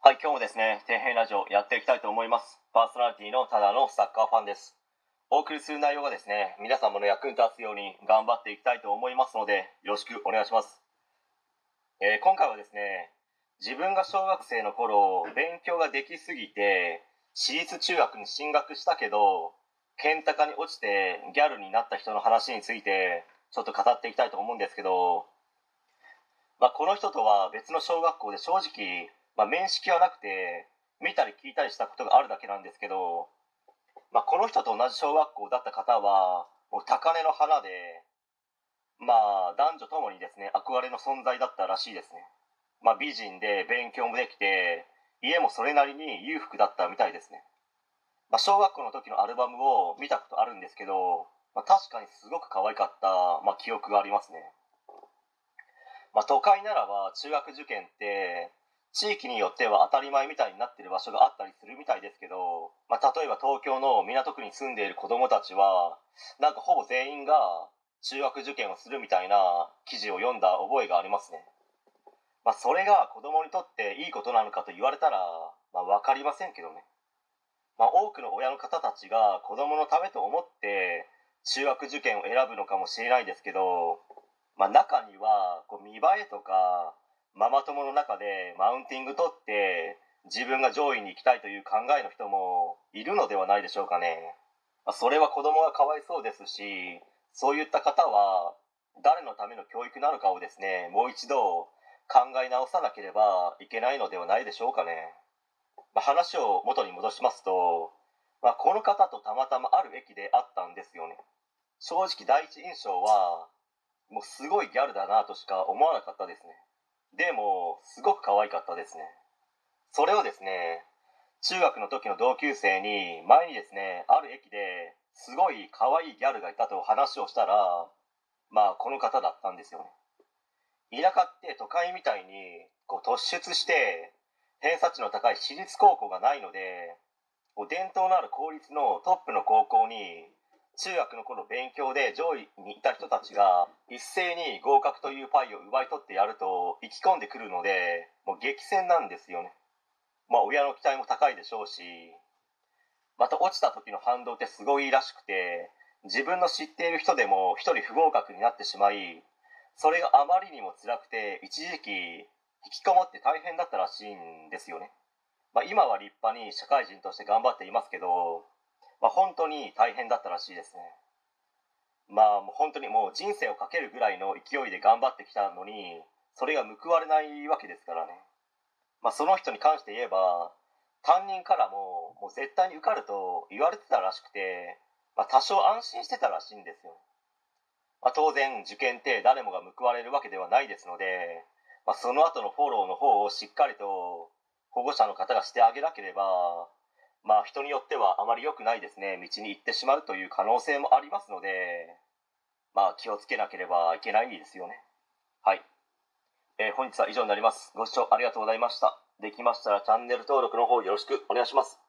はい、今日もですね、底辺ラジオやっていきたいと思います。パーソナリティのただのサッカーファンです。お送りする内容がですね、皆様の役に立つように頑張っていきたいと思いますので、よろしくお願いします。今回はですね、自分が小学生の頃、勉強ができすぎて、私立中学に進学したけど、ケンタカに落ちてギャルになった人の話について、ちょっと語っていきたいと思うんですけど、この人とは別の小学校で正直、面識はなくて見たり聞いたりしたことがあるだけなんですけど、この人と同じ小学校だった方はもう高嶺の花で、男女ともにですね憧れの存在だったらしいですね。美人で勉強もできて家もそれなりに裕福だったみたいですね。小学校の時のアルバムを見たことあるんですけど、確かにすごく可愛かった、記憶がありますね。都会ならば中学受験って地域によっては当たり前みたいになってる場所があったりするみたいですけど、例えば東京の港区に住んでいる子どもたちはなんかほぼ全員が中学受験をするみたいな記事を読んだ覚えがありますね。それが子どもにとっていいことなのかと言われたら、分かりませんけどね。多くの親の方たちが子どものためと思って中学受験を選ぶのかもしれないですけど、中には見栄えとかママ友の中でマウンティング取って自分が上位に行きたいという考えの人もいるのではないでしょうかね。それは子供がかわいそうですし、そういった方は誰のための教育なのかをですねもう一度考え直さなければいけないのではないでしょうかね。話を元に戻しますと、この方とたまたまある駅で会ったんですよね。正直第一印象はもうすごいギャルだなとしか思わなかったですね。でもすごく可愛かったですね。それをですね、中学の時の同級生に前にですねある駅ですごい可愛いギャルがいたと話をしたら、この方だったんですよね。田舎って都会みたいに突出して偏差値の高い私立高校がないので、伝統のある公立のトップの高校に中学の頃勉強で上位にいた人たちが一斉に合格というパイを奪い取ってやると意気込んでくるので、もう激戦なんですよね。親の期待も高いでしょうし、また落ちた時の反動ってすごいらしくて、自分の知っている人でも一人不合格になってしまい、それがあまりにも辛くて一時期引きこもって大変だったらしいんですよね。今は立派に社会人として頑張っていますけど、本当に大変だったらしいですね。もう本当にもう人生をかけるぐらいの勢いで頑張ってきたのに、それが報われないわけですからね。その人に関して言えば、担任からもう絶対に受かると言われてたらしくて、多少安心してたらしいんですよ。当然受験って誰もが報われるわけではないですので、その後のフォローの方をしっかりと保護者の方がしてあげなければ、人によってはあまり良くないですね道に行ってしまうという可能性もありますので、気をつけなければいけないですよね。はい、本日は以上になります。ご視聴ありがとうございました。できましたらチャンネル登録の方よろしくお願いします。